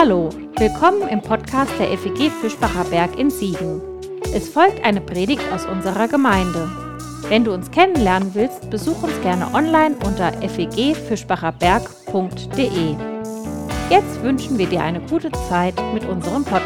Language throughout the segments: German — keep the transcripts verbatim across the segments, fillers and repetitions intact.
Hallo, willkommen im Podcast der F E G Fischbacher Berg in Siegen. Es folgt eine Predigt aus unserer Gemeinde. Wenn du uns kennenlernen willst, besuch uns gerne online unter f e g fischbacher berg punkt d e. Jetzt wünschen wir dir eine gute Zeit mit unserem Podcast.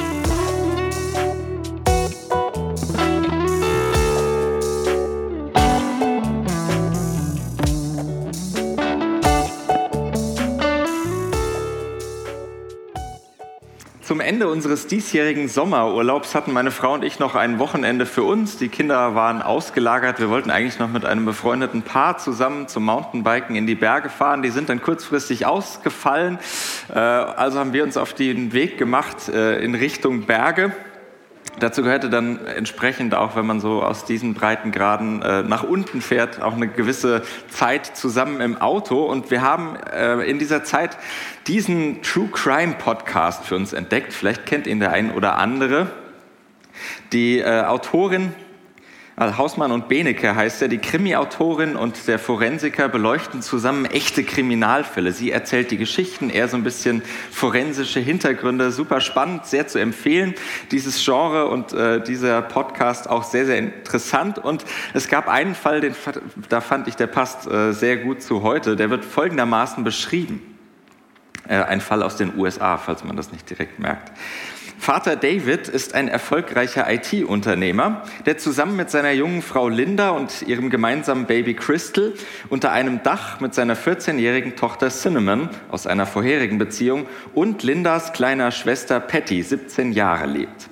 Zum Ende unseres diesjährigen Sommerurlaubs hatten meine Frau und ich noch ein Wochenende für uns. Die Kinder waren ausgelagert. Wir wollten eigentlich noch mit einem befreundeten Paar zusammen zum Mountainbiken in die Berge fahren. Die sind dann kurzfristig ausgefallen. Also haben wir uns auf den Weg gemacht in Richtung Berge. Dazu gehörte dann entsprechend auch, wenn man so aus diesen Breitengraden äh, nach unten fährt, auch eine gewisse Zeit zusammen im Auto. Und wir haben äh, in dieser Zeit diesen True Crime Podcast für uns entdeckt. Vielleicht kennt ihn der ein oder andere. Die äh, Autorin, also Hausmann und Benecke heißt er, die Krimi-Autorin und der Forensiker beleuchten zusammen echte Kriminalfälle. Sie erzählt die Geschichten, er so ein bisschen forensische Hintergründe. Super spannend, sehr zu empfehlen, dieses Genre und äh, dieser Podcast auch sehr, sehr interessant. Und es gab einen Fall, den, da fand ich, der passt äh, sehr gut zu heute. Der wird folgendermaßen beschrieben. Äh, ein Fall aus den U S A, falls man das nicht direkt merkt. Vater David ist ein erfolgreicher I T-Unternehmer, der zusammen mit seiner jungen Frau Linda und ihrem gemeinsamen Baby Crystal unter einem Dach mit seiner vierzehnjährigen Tochter Cinnamon aus einer vorherigen Beziehung und Lindas kleiner Schwester Patty, siebzehn Jahre, lebt.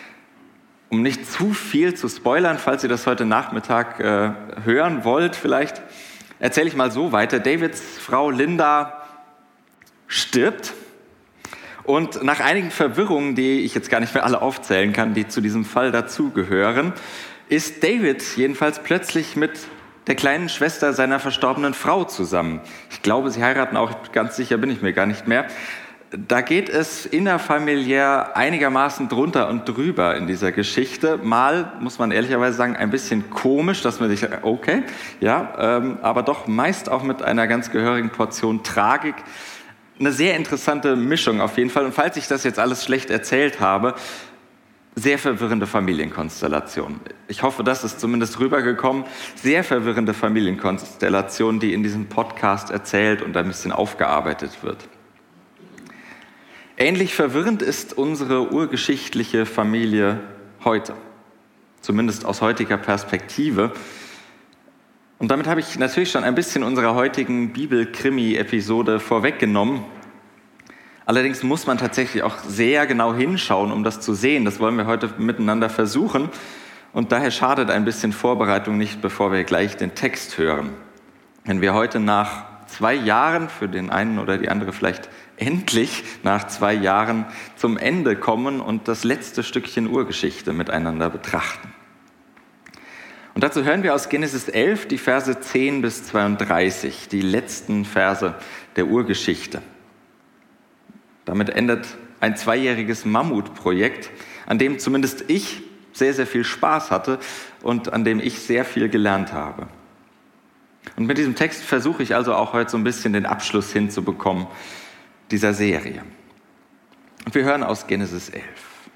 Um nicht zu viel zu spoilern, falls ihr das heute Nachmittag äh, hören wollt, vielleicht erzähle ich mal so weiter. Davids Frau Linda stirbt. Und nach einigen Verwirrungen, die ich jetzt gar nicht mehr alle aufzählen kann, die zu diesem Fall dazugehören, ist David jedenfalls plötzlich mit der kleinen Schwester seiner verstorbenen Frau zusammen. Ich glaube, sie heiraten auch, ganz sicher bin ich mir gar nicht mehr. Da geht es innerfamiliär einigermaßen drunter und drüber in dieser Geschichte. Mal, muss man ehrlicherweise sagen, ein bisschen komisch, dass man sich, okay, ja, ähm, aber doch meist auch mit einer ganz gehörigen Portion Tragik. Eine sehr interessante Mischung auf jeden Fall. Und falls ich das jetzt alles schlecht erzählt habe, sehr verwirrende Familienkonstellation. Ich hoffe, das ist zumindest rübergekommen. Sehr verwirrende Familienkonstellation, die in diesem Podcast erzählt und ein bisschen aufgearbeitet wird. Ähnlich verwirrend ist unsere urgeschichtliche Familie heute. Zumindest aus heutiger Perspektive. Und damit habe ich natürlich schon ein bisschen unserer heutigen Bibel-Krimi-Episode vorweggenommen. Allerdings muss man tatsächlich auch sehr genau hinschauen, um das zu sehen. Das wollen wir heute miteinander versuchen. Und daher schadet ein bisschen Vorbereitung nicht, bevor wir gleich den Text hören. Wenn wir heute nach zwei Jahren, für den einen oder die andere vielleicht endlich nach zwei Jahren zum Ende kommen und das letzte Stückchen Urgeschichte miteinander betrachten. Und dazu hören wir aus Genesis elf die Verse zehn bis zweiunddreißig, die letzten Verse der Urgeschichte. Damit endet ein zweijähriges Mammutprojekt, an dem zumindest ich sehr, sehr viel Spaß hatte und an dem ich sehr viel gelernt habe. Und mit diesem Text versuche ich also auch heute so ein bisschen den Abschluss hinzubekommen dieser Serie. Und wir hören aus Genesis elf.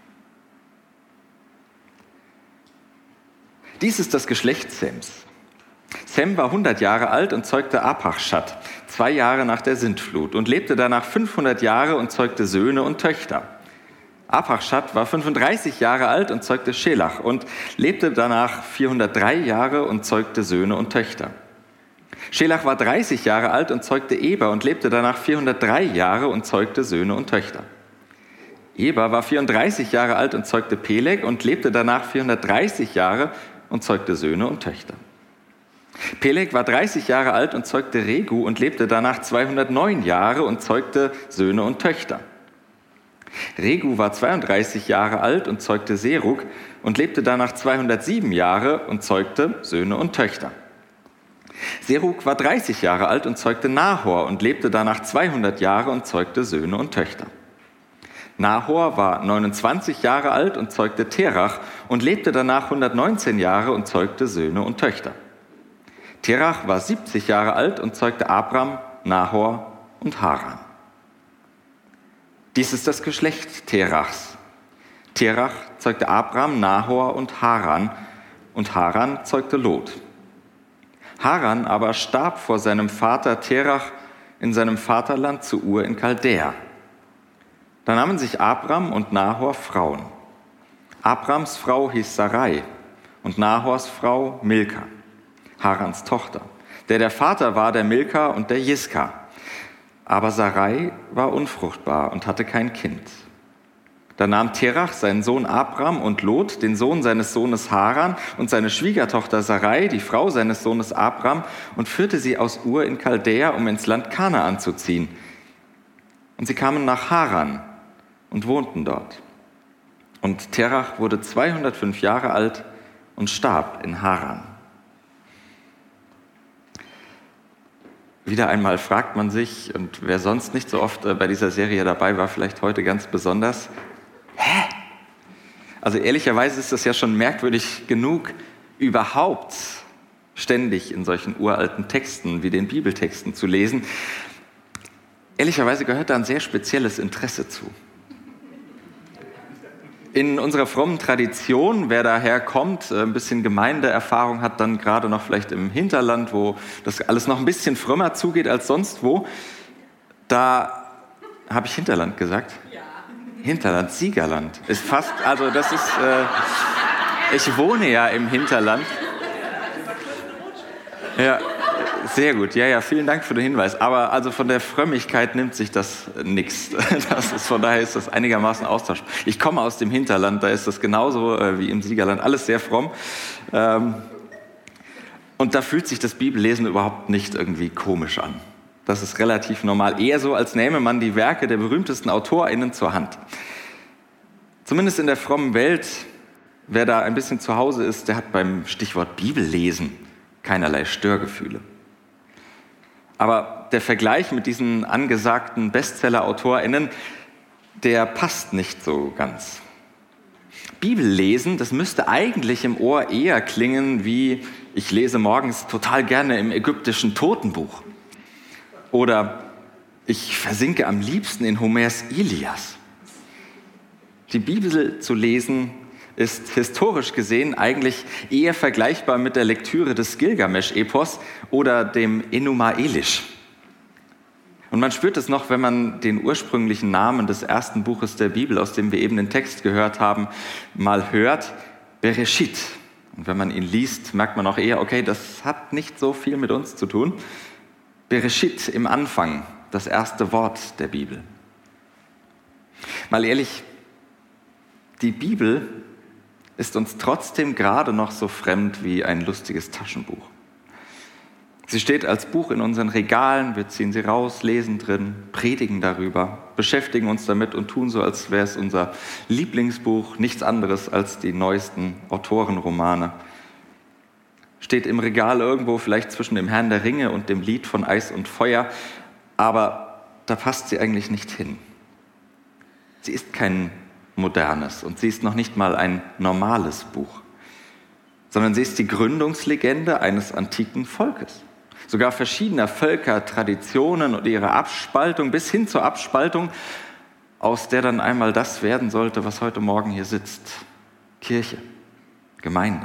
Dies ist das Geschlecht Sems. Sem war hundert Jahre alt und zeugte Arpachshad, zwei Jahre nach der Sintflut, und lebte danach fünfhundert Jahre und zeugte Söhne und Töchter. Arpachshad war fünfunddreißig Jahre alt und zeugte Schelach und lebte danach vierhundertdrei Jahre und zeugte Söhne und Töchter. Schelach war dreißig Jahre alt und zeugte Eber und lebte danach vierhundertdrei Jahre und zeugte Söhne und Töchter. Eber war vierunddreißig Jahre alt und zeugte Peleg und lebte danach vierhundertdreißig Jahre und zeugte Söhne und Töchter. Peleg war dreißig Jahre alt und zeugte Regu und lebte danach zweihundertneun Jahre und zeugte Söhne und Töchter. Regu war zweiunddreißig Jahre alt und zeugte Serug und lebte danach zweihundertsieben Jahre und zeugte Söhne und Töchter. Serug war dreißig Jahre alt und zeugte Nahor und lebte danach zweihundert Jahre und zeugte Söhne und Töchter. Nahor war neunundzwanzig Jahre alt und zeugte Terach und lebte danach hundertneunzehn Jahre und zeugte Söhne und Töchter. Terach war siebzig Jahre alt und zeugte Abram, Nahor und Haran. Dies ist das Geschlecht Terachs. Terach zeugte Abram, Nahor und Haran, und Haran zeugte Lot. Haran aber starb vor seinem Vater Terach in seinem Vaterland zu Ur in Chaldäa. Da nahmen sich Abram und Nahor Frauen. Abrams Frau hieß Sarai und Nahors Frau Milka, Harans Tochter, der der Vater war der Milka und der Jiska. Aber Sarai war unfruchtbar und hatte kein Kind. Da nahm Terach seinen Sohn Abram und Lot, den Sohn seines Sohnes Haran, und seine Schwiegertochter Sarai, die Frau seines Sohnes Abram, und führte sie aus Ur in Chaldäa, um ins Land Kanaan zu ziehen. Und sie kamen nach Haran und wohnten dort. Und Terach wurde zweihundertfünf Jahre alt und starb in Haran. Wieder einmal fragt man sich, und wer sonst nicht so oft bei dieser Serie dabei war, vielleicht heute ganz besonders, hä? Also ehrlicherweise ist das ja schon merkwürdig genug, überhaupt ständig in solchen uralten Texten wie den Bibeltexten zu lesen. Ehrlicherweise gehört da ein sehr spezielles Interesse zu. In unserer frommen Tradition, wer daher kommt, ein bisschen Gemeindeerfahrung hat, dann gerade noch vielleicht im Hinterland, wo das alles noch ein bisschen frömmer zugeht als sonst wo, da habe ich Hinterland gesagt? Ja. Hinterland, Siegerland. Ist fast, also das ist, äh, ich wohne ja im Hinterland. Ja, sehr gut. Ja, ja, vielen Dank für den Hinweis. Aber also von der Frömmigkeit nimmt sich das nichts. Das ist, von daher ist das einigermaßen austauschbar. Ich komme aus dem Hinterland, da ist das genauso äh, wie im Siegerland. Alles sehr fromm. Ähm, und da fühlt sich das Bibellesen überhaupt nicht irgendwie komisch an. Das ist relativ normal. Eher so, als nähme man die Werke der berühmtesten AutorInnen zur Hand. Zumindest in der frommen Welt, wer da ein bisschen zu Hause ist, der hat beim Stichwort Bibellesen keinerlei Störgefühle. Aber der Vergleich mit diesen angesagten Bestseller-AutorInnen, der passt nicht so ganz. Bibellesen, das müsste eigentlich im Ohr eher klingen wie, ich lese morgens total gerne im ägyptischen Totenbuch. Oder ich versinke am liebsten in Homers Ilias. Die Bibel zu lesen ist historisch gesehen eigentlich eher vergleichbar mit der Lektüre des Gilgamesch-Epos oder dem Enuma Elish. Und man spürt es noch, wenn man den ursprünglichen Namen des ersten Buches der Bibel, aus dem wir eben den Text gehört haben, mal hört, Bereshit. Und wenn man ihn liest, merkt man auch eher, okay, das hat nicht so viel mit uns zu tun. Bereshit im Anfang, das erste Wort der Bibel. Mal ehrlich, die Bibel ist uns trotzdem gerade noch so fremd wie ein lustiges Taschenbuch. Sie steht als Buch in unseren Regalen, wir ziehen sie raus, lesen drin, predigen darüber, beschäftigen uns damit und tun so, als wäre es unser Lieblingsbuch, nichts anderes als die neuesten Autorenromane. Steht im Regal irgendwo, vielleicht zwischen dem Herrn der Ringe und dem Lied von Eis und Feuer, aber da passt sie eigentlich nicht hin. Sie ist kein modernes und sie ist noch nicht mal ein normales Buch, sondern sie ist die Gründungslegende eines antiken Volkes. Sogar verschiedener Völker, Traditionen und ihre Abspaltung bis hin zur Abspaltung, aus der dann einmal das werden sollte, was heute Morgen hier sitzt. Kirche, Gemeinde.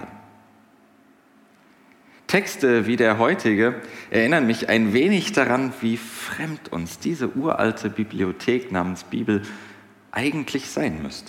Texte wie der heutige erinnern mich ein wenig daran, wie fremd uns diese uralte Bibliothek namens Bibel eigentlich sein müsste.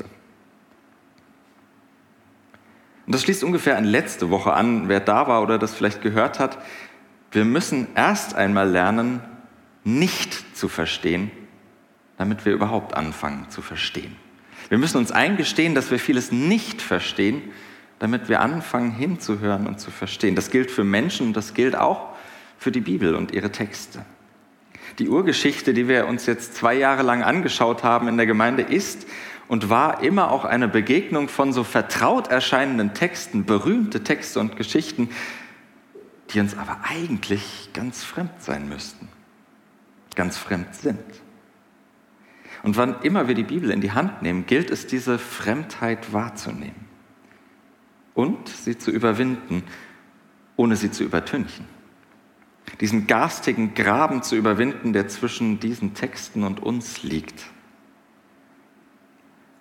Und das schließt ungefähr an letzte Woche an, wer da war oder das vielleicht gehört hat. Wir müssen erst einmal lernen, nicht zu verstehen, damit wir überhaupt anfangen zu verstehen. Wir müssen uns eingestehen, dass wir vieles nicht verstehen, damit wir anfangen hinzuhören und zu verstehen. Das gilt für Menschen und das gilt auch für die Bibel und ihre Texte. Die Urgeschichte, die wir uns jetzt zwei Jahre lang angeschaut haben in der Gemeinde, ist und war immer auch eine Begegnung von so vertraut erscheinenden Texten, berühmte Texte und Geschichten, die uns aber eigentlich ganz fremd sein müssten, ganz fremd sind. Und wann immer wir die Bibel in die Hand nehmen, gilt es, diese Fremdheit wahrzunehmen und sie zu überwinden, ohne sie zu übertünchen. Diesen garstigen Graben zu überwinden, der zwischen diesen Texten und uns liegt.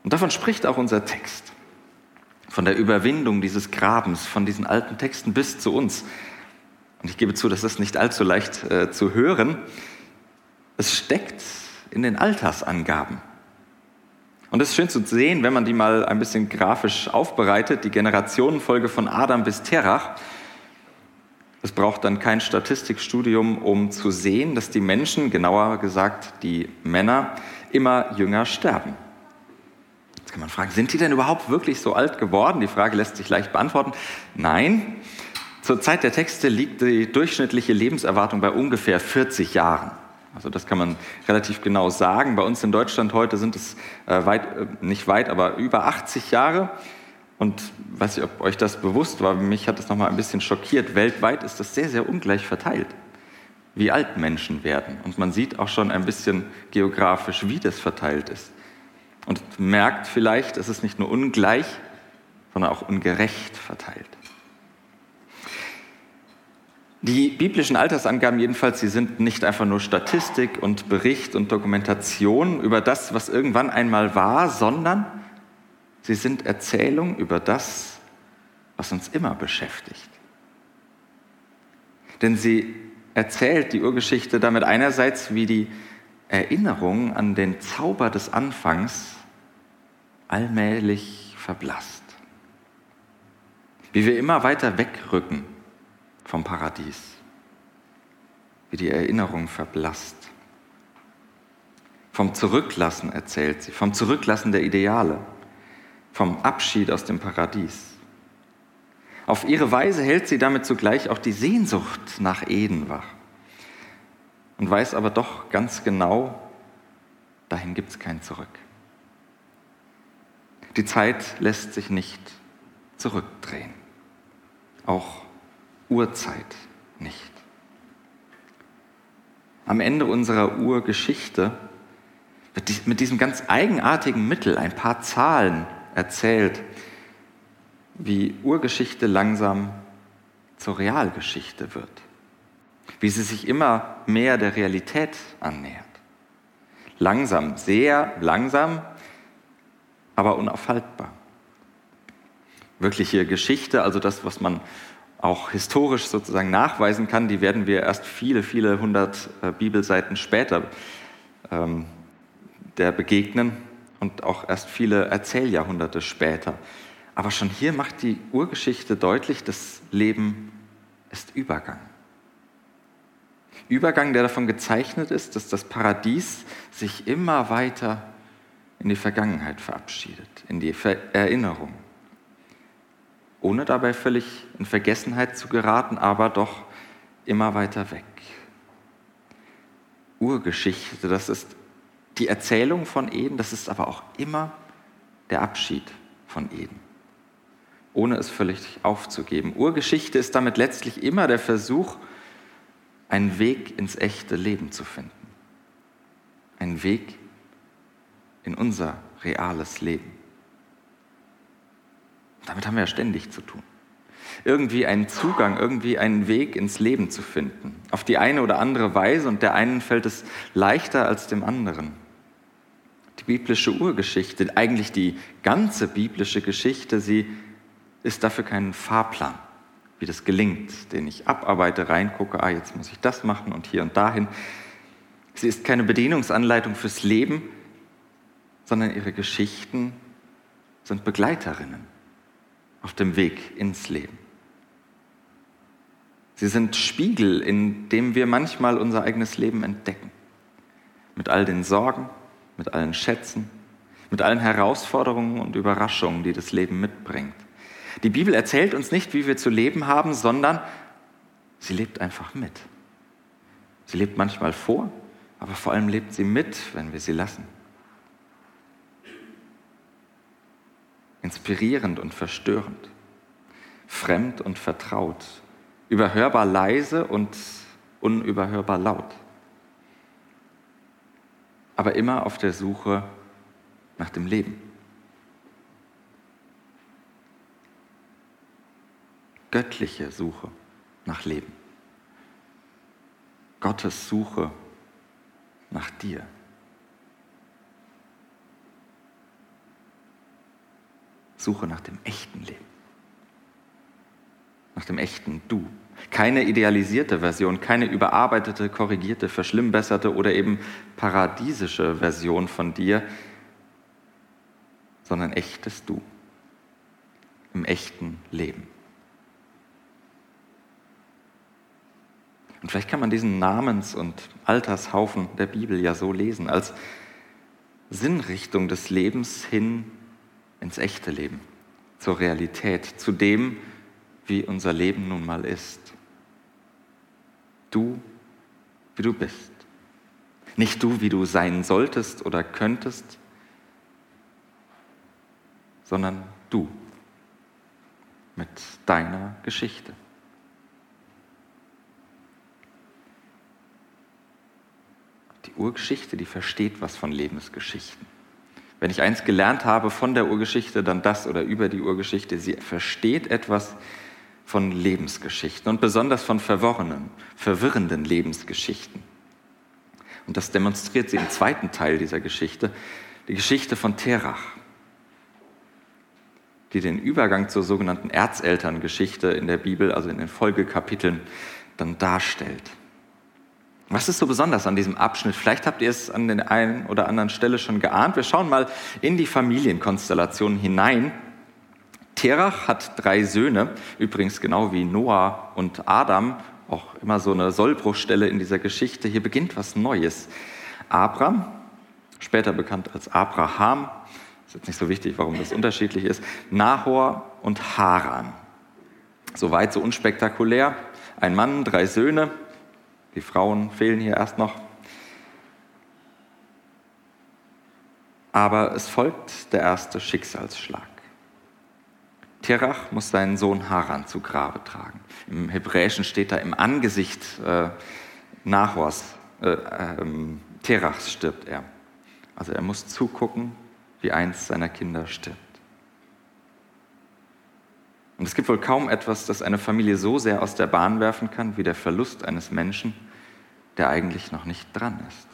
Und davon spricht auch unser Text. Von der Überwindung dieses Grabens, von diesen alten Texten bis zu uns. Und ich gebe zu, das ist nicht allzu leicht äh, zu hören. Es steckt in den Altersangaben. Und es ist schön zu sehen, wenn man die mal ein bisschen grafisch aufbereitet, die Generationenfolge von Adam bis Terach. Es braucht dann kein Statistikstudium, um zu sehen, dass die Menschen, genauer gesagt die Männer, immer jünger sterben. Jetzt kann man fragen, sind die denn überhaupt wirklich so alt geworden? Die Frage lässt sich leicht beantworten. Nein, zur Zeit der Texte liegt die durchschnittliche Lebenserwartung bei ungefähr vierzig Jahren. Also das kann man relativ genau sagen. Bei uns in Deutschland heute sind es äh, weit, äh, nicht weit, aber über achtzig Jahre. Und ich weiß nicht, ob euch das bewusst war, mich hat das nochmal ein bisschen schockiert. Weltweit ist das sehr, sehr ungleich verteilt, wie alt Menschen werden. Und man sieht auch schon ein bisschen geografisch, wie das verteilt ist. Und merkt vielleicht, es ist nicht nur ungleich, sondern auch ungerecht verteilt. Die biblischen Altersangaben jedenfalls, sie sind nicht einfach nur Statistik und Bericht und Dokumentation über das, was irgendwann einmal war, sondern sie sind Erzählung über das, was uns immer beschäftigt. Denn sie erzählt die Urgeschichte damit einerseits, wie die Erinnerung an den Zauber des Anfangs allmählich verblasst. Wie wir immer weiter wegrücken vom Paradies. Wie die Erinnerung verblasst. Vom Zurücklassen erzählt sie, vom Zurücklassen der Ideale, vom Abschied aus dem Paradies. Auf ihre Weise hält sie damit zugleich auch die Sehnsucht nach Eden wach und weiß aber doch ganz genau, dahin gibt es kein Zurück. Die Zeit lässt sich nicht zurückdrehen, auch Urzeit nicht. Am Ende unserer Urgeschichte wird mit diesem ganz eigenartigen Mittel, ein paar Zahlen, erzählt, wie Urgeschichte langsam zur Realgeschichte wird, wie sie sich immer mehr der Realität annähert. Langsam, sehr langsam, aber unaufhaltbar. Wirkliche Geschichte, also das, was man auch historisch sozusagen nachweisen kann, die werden wir erst viele, viele hundert äh, Bibelseiten später ähm, der begegnen und auch erst viele Erzähljahrhunderte später. Aber schon hier macht die Urgeschichte deutlich, das Leben ist Übergang. Übergang, der davon gezeichnet ist, dass das Paradies sich immer weiter in die Vergangenheit verabschiedet, in die Erinnerung. Ohne dabei völlig in Vergessenheit zu geraten, aber doch immer weiter weg. Urgeschichte, das ist die Erzählung von Eden, das ist aber auch immer der Abschied von Eden, ohne es völlig aufzugeben. Urgeschichte ist damit letztlich immer der Versuch, einen Weg ins echte Leben zu finden. Einen Weg in unser reales Leben. Damit haben wir ja ständig zu tun. Irgendwie einen Zugang, irgendwie einen Weg ins Leben zu finden. Auf die eine oder andere Weise, und der einen fällt es leichter als dem anderen. Die biblische Urgeschichte, eigentlich die ganze biblische Geschichte, sie ist dafür kein Fahrplan, wie das gelingt, den ich abarbeite, reingucke, ah, jetzt muss ich das machen und hier und dahin. Sie ist keine Bedienungsanleitung fürs Leben, sondern ihre Geschichten sind Begleiterinnen auf dem Weg ins Leben. Sie sind Spiegel, in dem wir manchmal unser eigenes Leben entdecken. Mit all den Sorgen, mit allen Schätzen, mit allen Herausforderungen und Überraschungen, die das Leben mitbringt. Die Bibel erzählt uns nicht, wie wir zu leben haben, sondern sie lebt einfach mit. Sie lebt manchmal vor, aber vor allem lebt sie mit, wenn wir sie lassen. Inspirierend und verstörend, fremd und vertraut, überhörbar leise und unüberhörbar laut. Aber immer auf der Suche nach dem Leben. Göttliche Suche nach Leben. Gottes Suche nach dir. Suche nach dem echten Leben. Nach dem echten Du. Keine idealisierte Version, keine überarbeitete, korrigierte, verschlimmbesserte oder eben paradiesische Version von dir, sondern echtes Du. Im echten Leben. Und vielleicht kann man diesen Namens- und Altershaufen der Bibel ja so lesen, als Sinnrichtung des Lebens hin ins echte Leben, zur Realität, zu dem, wie unser Leben nun mal ist. Du, wie du bist. Nicht du, wie du sein solltest oder könntest, sondern du mit deiner Geschichte. Die Urgeschichte, die versteht was von Lebensgeschichten. Wenn ich eins gelernt habe von der Urgeschichte, dann das oder über die Urgeschichte. Sie versteht etwas von Lebensgeschichten und besonders von verworrenen, verwirrenden Lebensgeschichten. Und das demonstriert sie im zweiten Teil dieser Geschichte, die Geschichte von Terach, die den Übergang zur sogenannten Erzelterngeschichte in der Bibel, also in den Folgekapiteln, dann darstellt. Was ist so besonders an diesem Abschnitt? Vielleicht habt ihr es an der einen oder anderen Stelle schon geahnt. Wir schauen mal in die Familienkonstellation hinein. Terach hat drei Söhne, übrigens genau wie Noah und Adam, auch immer so eine Sollbruchstelle in dieser Geschichte. Hier beginnt was Neues. Abram, später bekannt als Abraham, ist jetzt nicht so wichtig, warum das unterschiedlich ist, Nahor und Haran. Soweit so unspektakulär. Ein Mann, drei Söhne. Die Frauen fehlen hier erst noch. Aber es folgt der erste Schicksalsschlag. Terach muss seinen Sohn Haran zu Grabe tragen. Im Hebräischen steht da im Angesicht äh, Nahors, äh, äh, Terachs stirbt er. Also er muss zugucken, wie eins seiner Kinder stirbt. Und es gibt wohl kaum etwas, das eine Familie so sehr aus der Bahn werfen kann, wie der Verlust eines Menschen, der eigentlich noch nicht dran ist.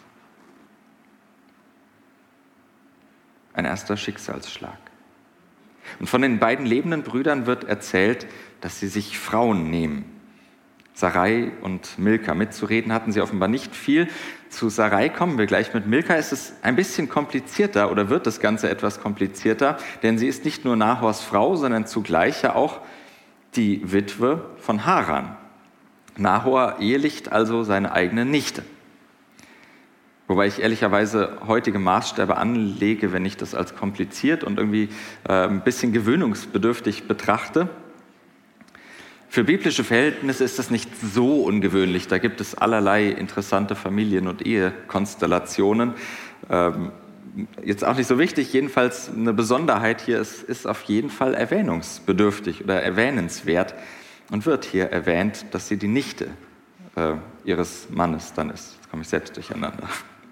Ein erster Schicksalsschlag. Und von den beiden lebenden Brüdern wird erzählt, dass sie sich Frauen nehmen. Sarai und Milka. Mitzureden hatten sie offenbar nicht viel. Zu Sarai kommen wir gleich. Mit Milka ist es ein bisschen komplizierter oder wird das Ganze etwas komplizierter, denn sie ist nicht nur Nahors Frau, sondern zugleich ja auch die Witwe von Haran. Nahor ehelicht also seine eigene Nichte. Wobei ich ehrlicherweise heutige Maßstäbe anlege, wenn ich das als kompliziert und irgendwie äh, ein bisschen gewöhnungsbedürftig betrachte. Für biblische Verhältnisse ist das nicht so ungewöhnlich. Da gibt es allerlei interessante Familien- und Ehekonstellationen. Ähm, jetzt auch nicht so wichtig, jedenfalls eine Besonderheit hier ist, ist auf jeden Fall erwähnungsbedürftig oder erwähnenswert und wird hier erwähnt, dass sie die Nichte äh, ihres Mannes dann ist. Jetzt komme ich selbst durcheinander.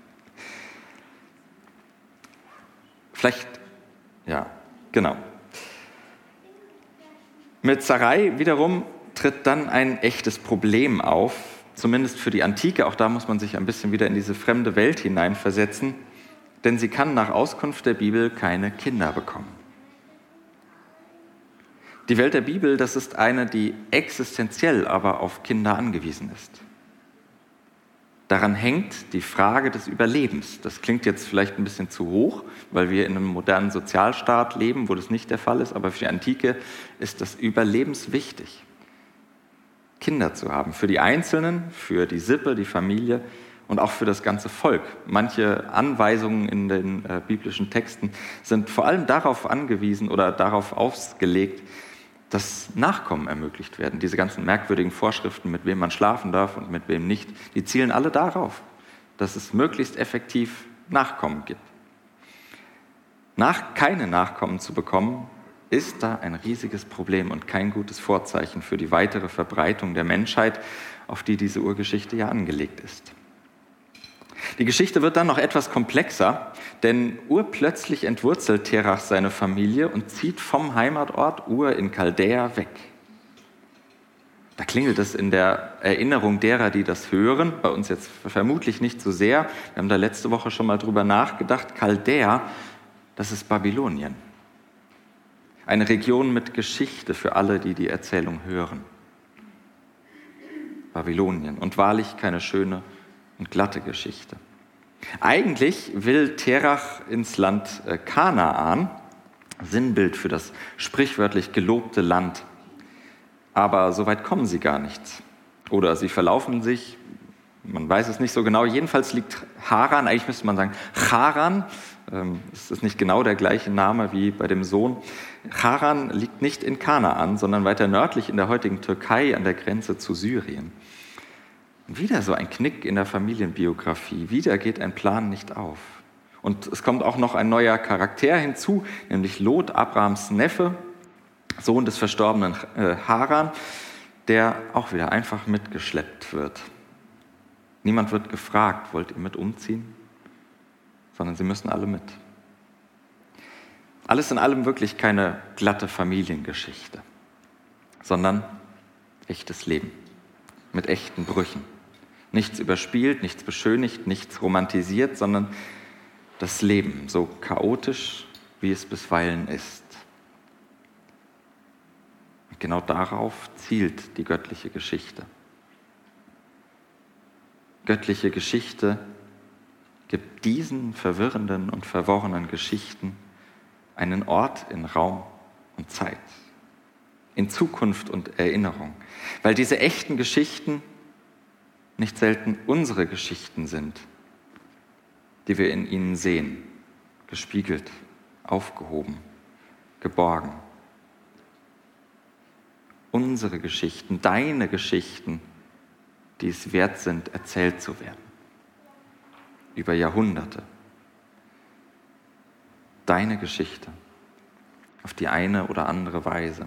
Vielleicht, ja, genau. Mit Sarai wiederum tritt dann ein echtes Problem auf, zumindest für die Antike. Auch da muss man sich ein bisschen wieder in diese fremde Welt hineinversetzen, denn sie kann nach Auskunft der Bibel keine Kinder bekommen. Die Welt der Bibel, das ist eine, die existenziell aber auf Kinder angewiesen ist. Daran hängt die Frage des Überlebens. Das klingt jetzt vielleicht ein bisschen zu hoch, weil wir in einem modernen Sozialstaat leben, wo das nicht der Fall ist, aber für die Antike ist das überlebenswichtig, Kinder zu haben. Für die Einzelnen, für die Sippe, die Familie und auch für das ganze Volk. Manche Anweisungen in den äh, biblischen Texten sind vor allem darauf angewiesen oder darauf ausgelegt, dass Nachkommen ermöglicht werden. Diese ganzen merkwürdigen Vorschriften, mit wem man schlafen darf und mit wem nicht, die zielen alle darauf, dass es möglichst effektiv Nachkommen gibt. Nach, keine Nachkommen zu bekommen, ist da ein riesiges Problem und kein gutes Vorzeichen für die weitere Verbreitung der Menschheit, auf die diese Urgeschichte ja angelegt ist. Die Geschichte wird dann noch etwas komplexer, denn urplötzlich entwurzelt Terach seine Familie und zieht vom Heimatort Ur in Chaldäa weg. Da klingelt es in der Erinnerung derer, die das hören, bei uns jetzt vermutlich nicht so sehr. Wir haben da letzte Woche schon mal drüber nachgedacht. Chaldäa, das ist Babylonien. Eine Region mit Geschichte für alle, die die Erzählung hören. Babylonien. Und wahrlich keine schöne und glatte Geschichte. Eigentlich will Terach ins Land Kanaan, Sinnbild für das sprichwörtlich gelobte Land. Aber so weit kommen sie gar nicht. Oder sie verlaufen sich, man weiß es nicht so genau. Jedenfalls liegt Haran, eigentlich müsste man sagen Charan, ähm, es ist nicht genau der gleiche Name wie bei dem Sohn. Charan liegt nicht in Kanaan, sondern weiter nördlich in der heutigen Türkei an der Grenze zu Syrien. Und wieder so ein Knick in der Familienbiografie, wieder geht ein Plan nicht auf. Und es kommt auch noch ein neuer Charakter hinzu, nämlich Lot, Abrahams Neffe, Sohn des verstorbenen Haran, der auch wieder einfach mitgeschleppt wird. Niemand wird gefragt, wollt ihr mit umziehen? Sondern sie müssen alle mit. Alles in allem wirklich keine glatte Familiengeschichte, sondern echtes Leben mit echten Brüchen. Nichts überspielt, nichts beschönigt, nichts romantisiert, sondern das Leben, so chaotisch, wie es bisweilen ist. Und genau darauf zielt die göttliche Geschichte. Göttliche Geschichte gibt diesen verwirrenden und verworrenen Geschichten einen Ort in Raum und Zeit, in Zukunft und Erinnerung, weil diese echten Geschichten nicht selten unsere Geschichten sind, die wir in ihnen sehen, gespiegelt, aufgehoben, geborgen. Unsere Geschichten, deine Geschichten, die es wert sind, erzählt zu werden. Über Jahrhunderte. Deine Geschichte, auf die eine oder andere Weise.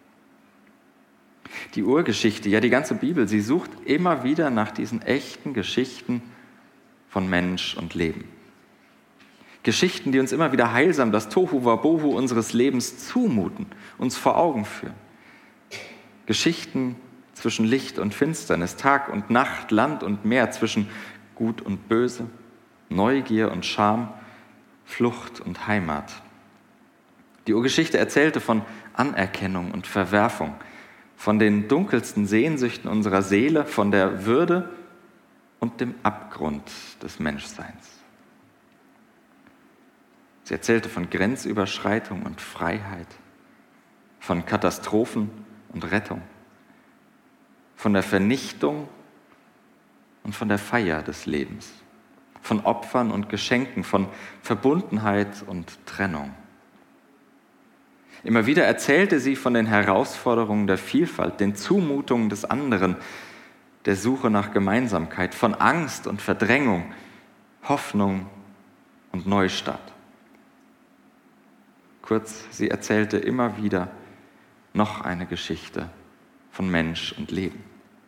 Die Urgeschichte, ja die ganze Bibel, sie sucht immer wieder nach diesen echten Geschichten von Mensch und Leben. Geschichten, die uns immer wieder heilsam das Tohu Wabohu unseres Lebens zumuten, uns vor Augen führen. Geschichten zwischen Licht und Finsternis, Tag und Nacht, Land und Meer, zwischen Gut und Böse, Neugier und Scham, Flucht und Heimat. Die Urgeschichte erzählte von Anerkennung und Verwerfung, von den dunkelsten Sehnsüchten unserer Seele, von der Würde und dem Abgrund des Menschseins. Sie erzählte von Grenzüberschreitung und Freiheit, von Katastrophen und Rettung, von der Vernichtung und von der Feier des Lebens, von Opfern und Geschenken, von Verbundenheit und Trennung. Immer wieder erzählte sie von den Herausforderungen der Vielfalt, den Zumutungen des anderen, der Suche nach Gemeinsamkeit, von Angst und Verdrängung, Hoffnung und Neustart. Kurz, sie erzählte immer wieder noch eine Geschichte von Mensch und Leben.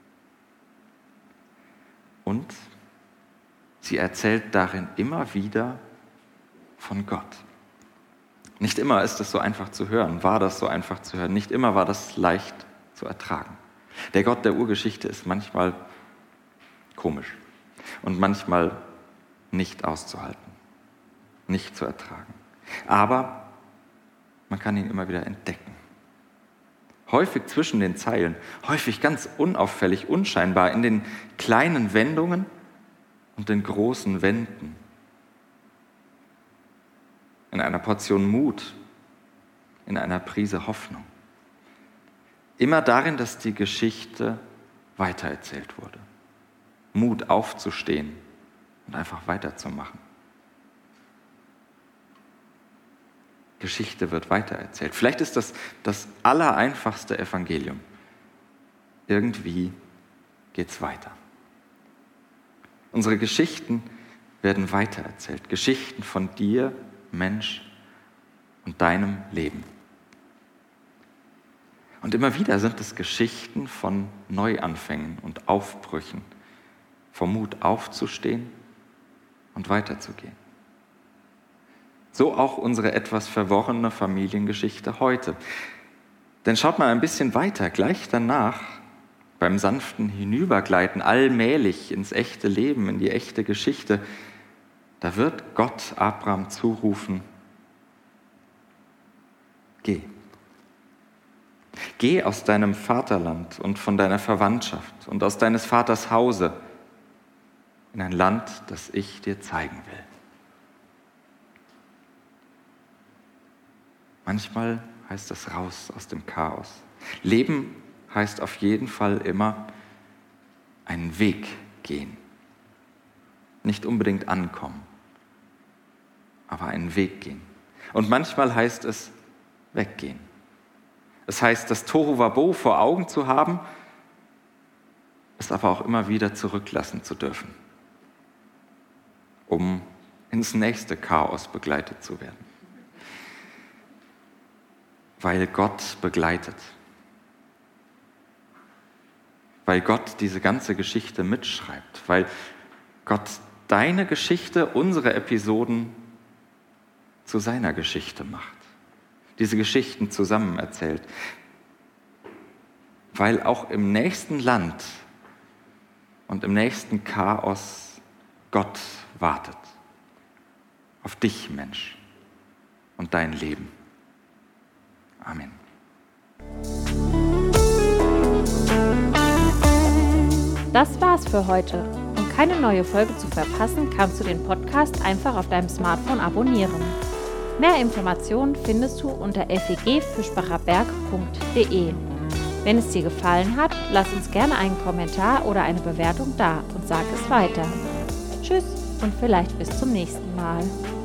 Und sie erzählt darin immer wieder von Gott. Nicht immer ist es so einfach zu hören, war das so einfach zu hören. Nicht immer war das leicht zu ertragen. Der Gott der Urgeschichte ist manchmal komisch und manchmal nicht auszuhalten, nicht zu ertragen. Aber man kann ihn immer wieder entdecken. Häufig zwischen den Zeilen, häufig ganz unauffällig, unscheinbar, in den kleinen Wendungen und den großen Wenden. In einer Portion Mut, in einer Prise Hoffnung. Immer darin, dass die Geschichte weitererzählt wurde. Mut aufzustehen und einfach weiterzumachen. Geschichte wird weitererzählt. Vielleicht ist das das allereinfachste Evangelium. Irgendwie geht's weiter. Unsere Geschichten werden weitererzählt. Geschichten von dir, Mensch, und deinem Leben. Und immer wieder sind es Geschichten von Neuanfängen und Aufbrüchen, vom Mut aufzustehen und weiterzugehen. So auch unsere etwas verworrene Familiengeschichte heute. Denn schaut mal ein bisschen weiter, gleich danach, beim sanften Hinübergleiten, allmählich ins echte Leben, in die echte Geschichte, da wird Gott Abraham zurufen, geh, Geh aus deinem Vaterland und von deiner Verwandtschaft und aus deines Vaters Hause in ein Land, das ich dir zeigen will. Manchmal heißt es raus aus dem Chaos. Leben heißt auf jeden Fall immer einen Weg gehen. Nicht unbedingt ankommen, aber einen Weg gehen. Und manchmal heißt es weggehen. Es heißt, das Tohuwabohu vor Augen zu haben, es aber auch immer wieder zurücklassen zu dürfen, um ins nächste Chaos begleitet zu werden. Weil Gott begleitet. Weil Gott diese ganze Geschichte mitschreibt. Weil Gott deine Geschichte, unsere Episoden zu seiner Geschichte macht. Diese Geschichten zusammen erzählt. Weil auch im nächsten Land und im nächsten Chaos Gott wartet. Auf dich, Mensch, und dein Leben. Amen. Das war's für heute. Um keine neue Folge zu verpassen, kannst du den Podcast einfach auf deinem Smartphone abonnieren. Mehr Informationen findest du unter f e g fischbacherberg punkt d e. Wenn es dir gefallen hat, lass uns gerne einen Kommentar oder eine Bewertung da und sag es weiter. Tschüss und vielleicht bis zum nächsten Mal.